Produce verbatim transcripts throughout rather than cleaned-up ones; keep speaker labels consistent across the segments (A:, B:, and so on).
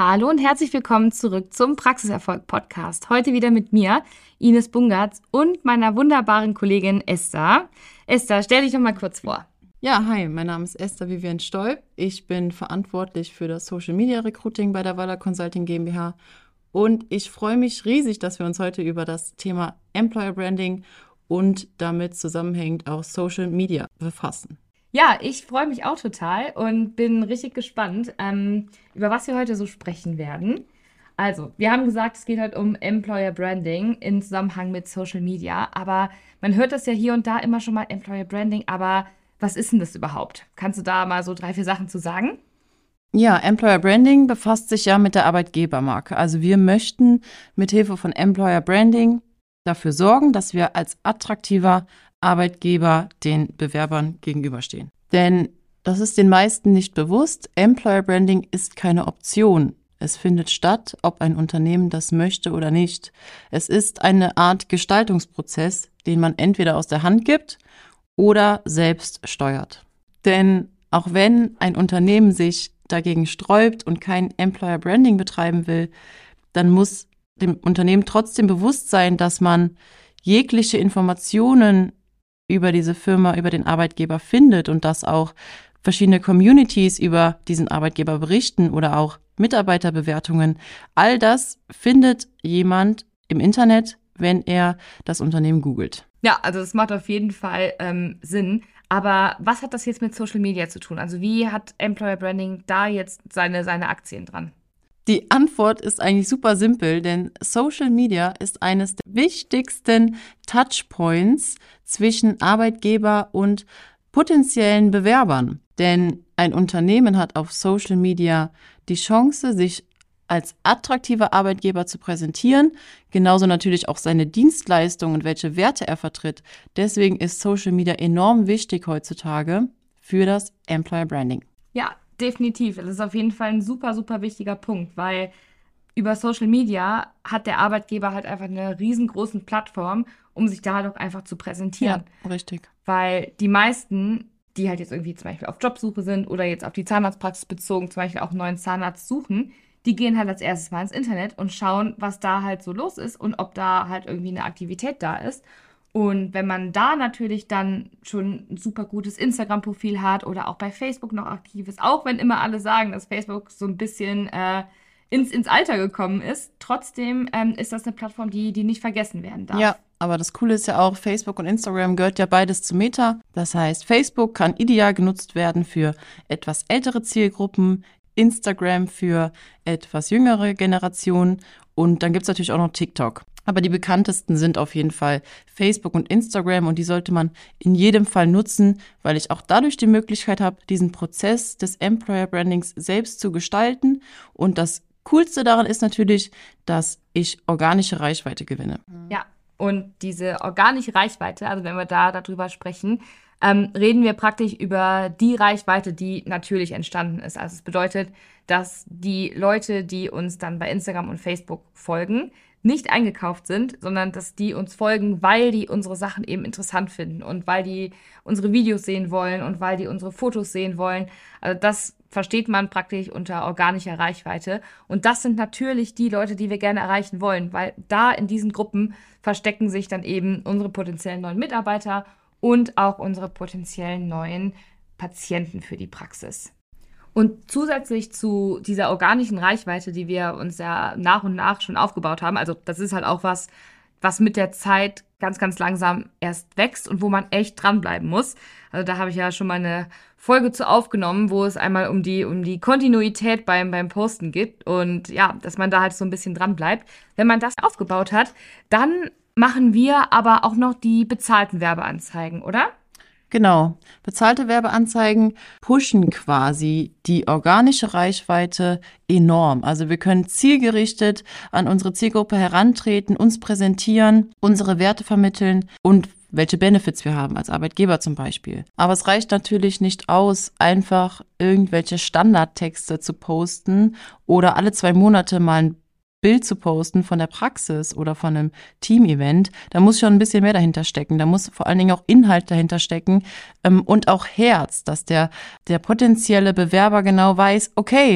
A: Hallo und herzlich willkommen zurück zum Praxiserfolg-Podcast. Heute wieder mit mir, Ines Bungartz, und meiner wunderbaren Kollegin Esther. Esther, stell dich doch mal kurz vor.
B: Ja, hi, mein Name ist Esther Vivian Stolp. Ich bin verantwortlich für das Social Media Recruiting bei der Waller Consulting GmbH und ich freue mich riesig, dass wir uns heute über das Thema Employer Branding und damit zusammenhängend auch Social Media befassen.
A: Ja, ich freue mich auch total und bin richtig gespannt, ähm, über was wir heute so sprechen werden. Also, wir haben gesagt, es geht heute um Employer Branding im Zusammenhang mit Social Media, aber man hört das ja hier und da immer schon mal Employer Branding, aber was ist denn das überhaupt? Kannst du da mal so drei, vier Sachen zu sagen?
B: Ja, Employer Branding befasst sich ja mit der Arbeitgebermarke. Also wir möchten mithilfe von Employer Branding dafür sorgen, dass wir als attraktiver Arbeitgeber den Bewerbern gegenüberstehen. Denn das ist den meisten nicht bewusst. Employer Branding ist keine Option. Es findet statt, ob ein Unternehmen das möchte oder nicht. Es ist eine Art Gestaltungsprozess, den man entweder aus der Hand gibt oder selbst steuert. Denn auch wenn ein Unternehmen sich dagegen sträubt und kein Employer Branding betreiben will, dann muss dem Unternehmen trotzdem bewusst sein, dass man jegliche Informationen über diese Firma, über den Arbeitgeber findet und dass auch verschiedene Communities über diesen Arbeitgeber berichten oder auch Mitarbeiterbewertungen. All das findet jemand im Internet, wenn er das Unternehmen googelt.
A: Ja, also das macht auf jeden Fall ähm, Sinn. Aber was hat das jetzt mit Social Media zu tun? Also wie hat Employer Branding da jetzt seine, seine Aktien dran?
B: Die Antwort ist eigentlich super simpel, denn Social Media ist eines der wichtigsten Touchpoints zwischen Arbeitgeber und potenziellen Bewerbern. Denn ein Unternehmen hat auf Social Media die Chance, sich als attraktiver Arbeitgeber zu präsentieren, genauso natürlich auch seine Dienstleistungen und welche Werte er vertritt. Deswegen ist Social Media enorm wichtig heutzutage für das Employer Branding.
A: Ja, definitiv. Das ist auf jeden Fall ein super, super wichtiger Punkt, weil über Social Media hat der Arbeitgeber halt einfach eine riesengroße Plattform, um sich da doch einfach zu präsentieren.
B: Ja, richtig.
A: Weil die meisten, die halt jetzt irgendwie zum Beispiel auf Jobsuche sind oder jetzt auf die Zahnarztpraxis bezogen, zum Beispiel auch einen neuen Zahnarzt suchen, die gehen halt als erstes mal ins Internet und schauen, was da halt so los ist und ob da halt irgendwie eine Aktivität da ist. Und wenn man da natürlich dann schon ein super gutes Instagram-Profil hat oder auch bei Facebook noch aktiv ist, auch wenn immer alle sagen, dass Facebook so ein bisschen äh, ins, ins Alter gekommen ist, trotzdem ähm, ist das eine Plattform, die, die nicht vergessen werden darf.
B: Ja, aber das Coole ist ja auch, Facebook und Instagram gehört ja beides zu Meta. Das heißt, Facebook kann ideal genutzt werden für etwas ältere Zielgruppen, Instagram für etwas jüngere Generationen und dann gibt es natürlich auch noch TikTok. Aber die bekanntesten sind auf jeden Fall Facebook und Instagram und die sollte man in jedem Fall nutzen, weil ich auch dadurch die Möglichkeit habe, diesen Prozess des Employer Brandings selbst zu gestalten. Und das Coolste daran ist natürlich, dass ich organische Reichweite gewinne.
A: Ja, und diese organische Reichweite, also wenn wir da darüber sprechen, ähm, reden wir praktisch über die Reichweite, die natürlich entstanden ist. Also es bedeutet, dass die Leute, die uns dann bei Instagram und Facebook folgen, nicht eingekauft sind, sondern dass die uns folgen, weil die unsere Sachen eben interessant finden und weil die unsere Videos sehen wollen und weil die unsere Fotos sehen wollen. Also das versteht man praktisch unter organischer Reichweite. Und das sind natürlich die Leute, die wir gerne erreichen wollen, weil da in diesen Gruppen verstecken sich dann eben unsere potenziellen neuen Mitarbeiter und auch unsere potenziellen neuen Patienten für die Praxis. Und zusätzlich zu dieser organischen Reichweite, die wir uns ja nach und nach schon aufgebaut haben, also das ist halt auch was, was mit der Zeit ganz, ganz langsam erst wächst und wo man echt dranbleiben muss. Also da habe ich ja schon mal eine Folge zu aufgenommen, wo es einmal um die, um die Kontinuität beim, beim Posten geht und ja, dass man da halt so ein bisschen dran bleibt. Wenn man das aufgebaut hat, dann machen wir aber auch noch die bezahlten Werbeanzeigen, oder?
B: Genau. Bezahlte Werbeanzeigen pushen quasi die organische Reichweite enorm. Also wir können zielgerichtet an unsere Zielgruppe herantreten, uns präsentieren, unsere Werte vermitteln und welche Benefits wir haben als Arbeitgeber zum Beispiel. Aber es reicht natürlich nicht aus, einfach irgendwelche Standardtexte zu posten oder alle zwei Monate mal ein Bild zu posten von der Praxis oder von einem Team-Event. Da muss schon ein bisschen mehr dahinter stecken. Da muss vor allen Dingen auch Inhalt dahinter stecken ähm, und auch Herz, dass der, der potenzielle Bewerber genau weiß, okay,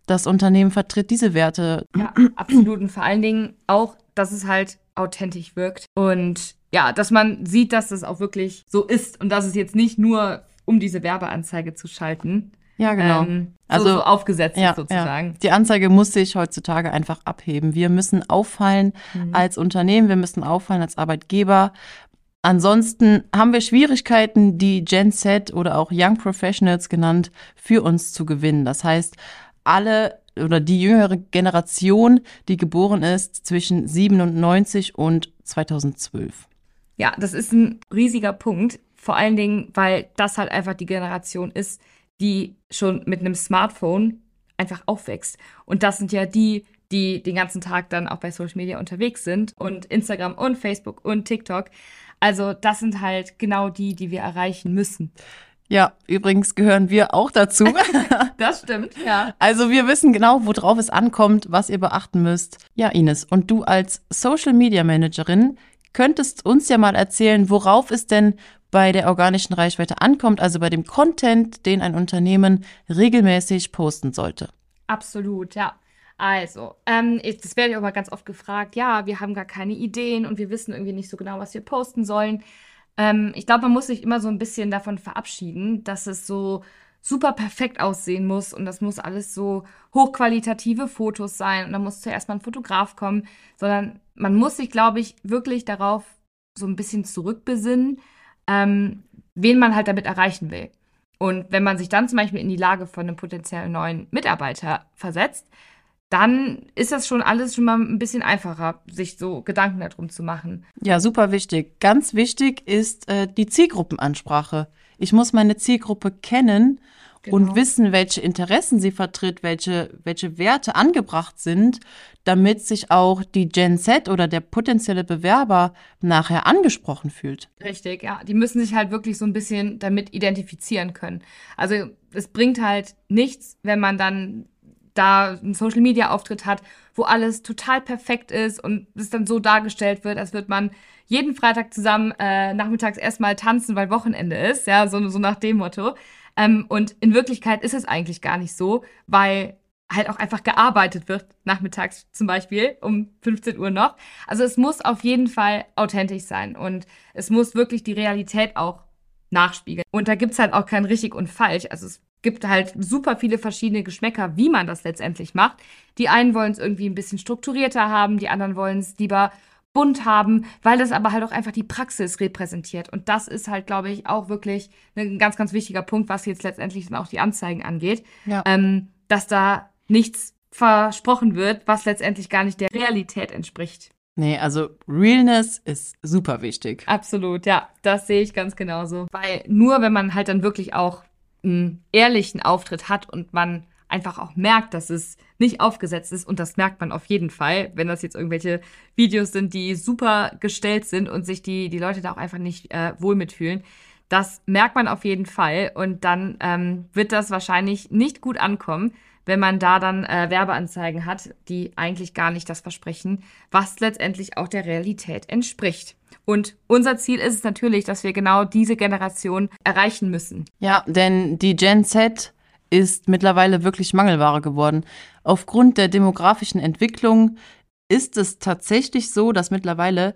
B: das Unternehmen vertritt diese Werte.
A: Ja, absolut. Und vor allen Dingen auch, dass es halt authentisch wirkt. Und ja, dass man sieht, dass das auch wirklich so ist und dass es jetzt nicht nur, um diese Werbeanzeige zu schalten,
B: Ja, genau.
A: ähm, so,
B: Also,
A: so aufgesetzt
B: ja,
A: ist sozusagen.
B: Ja. Die Anzeige muss sich heutzutage einfach abheben. Wir müssen auffallen
A: Mhm.
B: als Unternehmen, wir müssen auffallen als Arbeitgeber. Ansonsten haben wir Schwierigkeiten, die Gen Z oder auch Young Professionals genannt, für uns zu gewinnen. Das heißt, alle oder die jüngere Generation, die geboren ist zwischen siebenundneunzig und zweitausendzwölf.
A: Ja, das ist ein riesiger Punkt. Vor allen Dingen, weil das halt einfach die Generation ist, die schon mit einem Smartphone einfach aufwächst. Und das sind ja die, die den ganzen Tag dann auch bei Social Media unterwegs sind und Instagram und Facebook und TikTok. Also das sind halt genau die, die wir erreichen müssen.
B: Ja, übrigens gehören wir auch dazu.
A: Das stimmt, ja.
B: Also wir wissen genau, worauf es ankommt, was ihr beachten müsst. Ja, Ines, und du als Social Media Managerin könntest uns ja mal erzählen, worauf es denn bei der organischen Reichweite ankommt, also bei dem Content, den ein Unternehmen regelmäßig posten sollte.
A: Absolut, ja. Also, ähm, ich, das werde ich auch mal ganz oft gefragt, ja, wir haben gar keine Ideen und wir wissen irgendwie nicht so genau, was wir posten sollen. Ähm, ich glaube, man muss sich immer so ein bisschen davon verabschieden, dass es so super perfekt aussehen muss und das muss alles so hochqualitative Fotos sein und da muss zuerst mal ein Fotograf kommen, sondern man muss sich, glaube ich, wirklich darauf so ein bisschen zurückbesinnen, ähm, wen man halt damit erreichen will. Und wenn man sich dann zum Beispiel in die Lage von einem potenziellen neuen Mitarbeiter versetzt, dann ist das schon alles schon mal ein bisschen einfacher, sich so Gedanken darum zu machen.
B: Ja, super wichtig. Ganz wichtig ist äh, die Zielgruppenansprache. Ich muss meine Zielgruppe kennen
A: Genau.
B: und wissen, welche Interessen sie vertritt, welche, welche Werte angebracht sind, damit sich auch die Gen Z oder der potenzielle Bewerber nachher angesprochen fühlt.
A: Richtig, ja. Die müssen sich halt wirklich so ein bisschen damit identifizieren können. Also es bringt halt nichts, wenn man dann da einen Social-Media-Auftritt hat, wo alles total perfekt ist und es dann so dargestellt wird, als würde man jeden Freitag zusammen äh, nachmittags erstmal tanzen, weil Wochenende ist, ja, so, so nach dem Motto. Ähm, und in Wirklichkeit ist es eigentlich gar nicht so, weil halt auch einfach gearbeitet wird, nachmittags zum Beispiel um fünfzehn Uhr noch. Also es muss auf jeden Fall authentisch sein und es muss wirklich die Realität auch nachspiegeln. Und da gibt's halt auch kein richtig und falsch. Also es gibt halt super viele verschiedene Geschmäcker, wie man das letztendlich macht. Die einen wollen es irgendwie ein bisschen strukturierter haben, die anderen wollen es lieber bunt haben, weil das aber halt auch einfach die Praxis repräsentiert. Und das ist halt, glaube ich, auch wirklich ein ganz, ganz wichtiger Punkt, was jetzt letztendlich dann auch die Anzeigen angeht,
B: Ja.
A: ähm, dass da nichts versprochen wird, was letztendlich gar nicht der Realität entspricht.
B: Nee, also Realness ist super wichtig.
A: Absolut, ja, das sehe ich ganz genauso. Weil nur wenn man halt dann wirklich auch einen ehrlichen Auftritt hat und man einfach auch merkt, dass es nicht aufgesetzt ist, und das merkt man auf jeden Fall, wenn das jetzt irgendwelche Videos sind, die super gestellt sind und sich die, die Leute da auch einfach nicht äh, wohl mitfühlen. Das merkt man auf jeden Fall und dann ähm, wird das wahrscheinlich nicht gut ankommen, wenn man da dann äh, Werbeanzeigen hat, die eigentlich gar nicht das versprechen, was letztendlich auch der Realität entspricht. Und unser Ziel ist es natürlich, dass wir genau diese Generation erreichen müssen.
B: Ja, denn die Gen Z ist mittlerweile wirklich Mangelware geworden. Aufgrund der demografischen Entwicklung ist es tatsächlich so, dass mittlerweile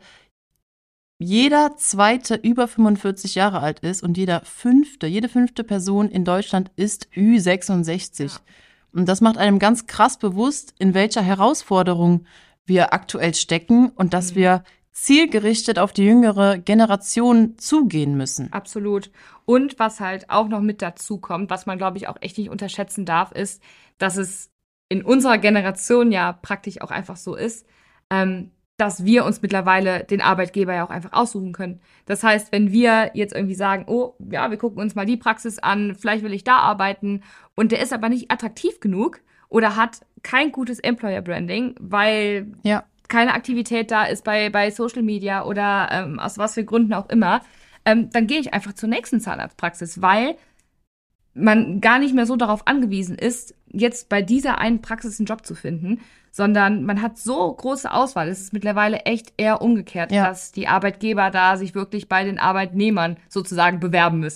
B: jeder zweite über fünfundvierzig Jahre alt ist und jeder fünfte, jede fünfte Person in Deutschland ist Ü sechsundsechzig. Ja. Und das macht einem ganz krass bewusst, in welcher Herausforderung wir aktuell stecken und dass mhm. wir zielgerichtet auf die jüngere Generation zugehen müssen.
A: Absolut. Und was halt auch noch mit dazu kommt, was man, glaube ich, auch echt nicht unterschätzen darf, ist, dass es in unserer Generation ja praktisch auch einfach so ist, ähm, dass wir uns mittlerweile den Arbeitgeber ja auch einfach aussuchen können. Das heißt, wenn wir jetzt irgendwie sagen, oh, ja, wir gucken uns mal die Praxis an, vielleicht will ich da arbeiten und der ist aber nicht attraktiv genug oder hat kein gutes Employer Branding, weil
B: ja.
A: keine Aktivität da ist bei, bei Social Media oder ähm, aus was für Gründen auch immer, ähm, dann gehe ich einfach zur nächsten Zahnarztpraxis, weil man gar nicht mehr so darauf angewiesen ist, jetzt bei dieser einen Praxis einen Job zu finden, sondern man hat so große Auswahl. Es ist mittlerweile echt eher umgekehrt,
B: ja.
A: dass die Arbeitgeber da sich wirklich bei den Arbeitnehmern sozusagen bewerben müssen.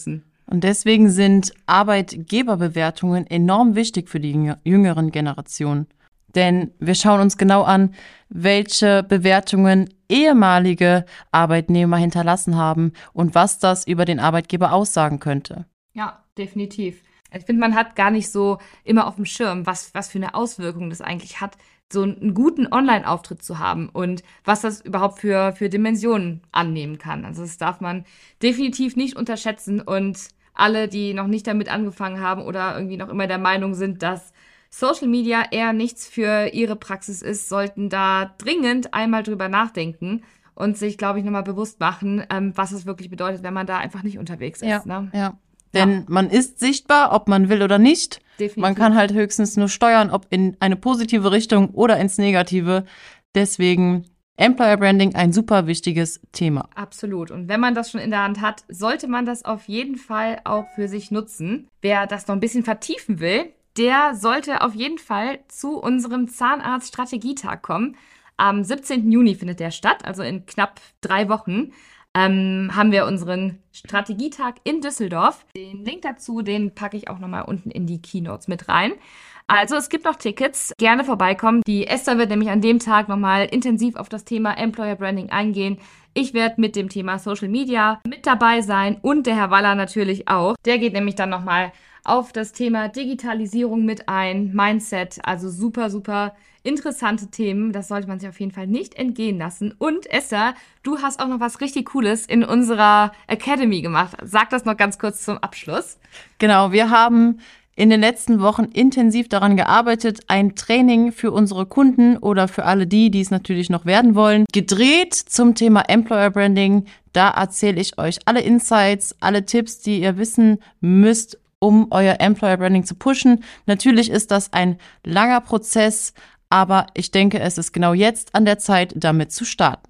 B: Und deswegen sind Arbeitgeberbewertungen enorm wichtig für die jüngeren Generationen. Denn wir schauen uns genau an, welche Bewertungen ehemalige Arbeitnehmer hinterlassen haben und was das über den Arbeitgeber aussagen könnte.
A: Ja, definitiv. Ich finde, man hat gar nicht so immer auf dem Schirm, was, was für eine Auswirkung das eigentlich hat, so einen guten Online-Auftritt zu haben und was das überhaupt für, für Dimensionen annehmen kann. Also das darf man definitiv nicht unterschätzen und alle, die noch nicht damit angefangen haben oder irgendwie noch immer der Meinung sind, dass Social Media eher nichts für ihre Praxis ist, sollten da dringend einmal drüber nachdenken und sich, glaube ich, nochmal bewusst machen, ähm, was es wirklich bedeutet, wenn man da einfach nicht unterwegs ist.
B: Ja,
A: ne?
B: ja. Denn ja. man ist sichtbar, ob man will oder nicht. Definitiv. Man kann halt höchstens nur steuern, ob in eine positive Richtung oder ins Negative. Deswegen Employer Branding ein super wichtiges Thema.
A: Absolut. Und wenn man das schon in der Hand hat, sollte man das auf jeden Fall auch für sich nutzen. Wer das noch ein bisschen vertiefen will, der sollte auf jeden Fall zu unserem Zahnarzt-Strategietag kommen. Am siebzehnten Juni findet der statt, also in knapp drei Wochen. Ähm, haben wir unseren Strategietag in Düsseldorf. Den Link dazu, den packe ich auch nochmal unten in die Keynotes mit rein. Also es gibt noch Tickets, gerne vorbeikommen. Die Esther wird nämlich an dem Tag nochmal intensiv auf das Thema Employer Branding eingehen. Ich werde mit dem Thema Social Media mit dabei sein und der Herr Waller natürlich auch. Der geht nämlich dann nochmal auf das Thema Digitalisierung mit ein, Mindset, also super, super interessante Themen. Das sollte man sich auf jeden Fall nicht entgehen lassen. Und Esther, du hast auch noch was richtig Cooles in unserer Academy gemacht. Sag das noch ganz kurz zum Abschluss.
B: Genau, wir haben in den letzten Wochen intensiv daran gearbeitet, ein Training für unsere Kunden oder für alle die, die es natürlich noch werden wollen, gedreht zum Thema Employer Branding. Da erzähle ich euch alle Insights, alle Tipps, die ihr wissen müsst, um euer Employer Branding zu pushen. Natürlich ist das ein langer Prozess, aber ich denke, es ist genau jetzt an der Zeit, damit zu starten.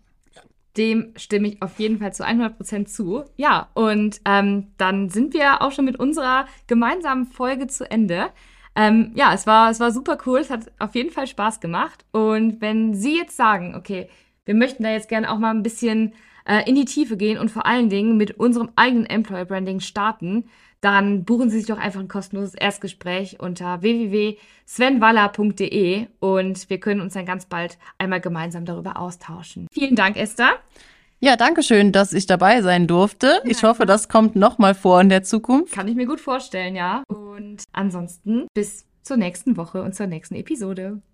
A: Dem stimme ich auf jeden Fall zu hundert Prozent zu. Ja, und ähm, dann sind wir auch schon mit unserer gemeinsamen Folge zu Ende. Ähm, ja, es war, es war super cool. Es hat auf jeden Fall Spaß gemacht. Und wenn Sie jetzt sagen, okay, wir möchten da jetzt gerne auch mal ein bisschen äh, in die Tiefe gehen und vor allen Dingen mit unserem eigenen Employer Branding starten, dann buchen Sie sich doch einfach ein kostenloses Erstgespräch unter w w w punkt sven waller punkt d e und wir können uns dann ganz bald einmal gemeinsam darüber austauschen. Vielen Dank, Esther.
B: Ja, danke schön, dass ich dabei sein durfte. Ich ja, hoffe, das kommt nochmal vor in der Zukunft.
A: Kann ich mir gut vorstellen, ja. Und ansonsten bis zur nächsten Woche und zur nächsten Episode.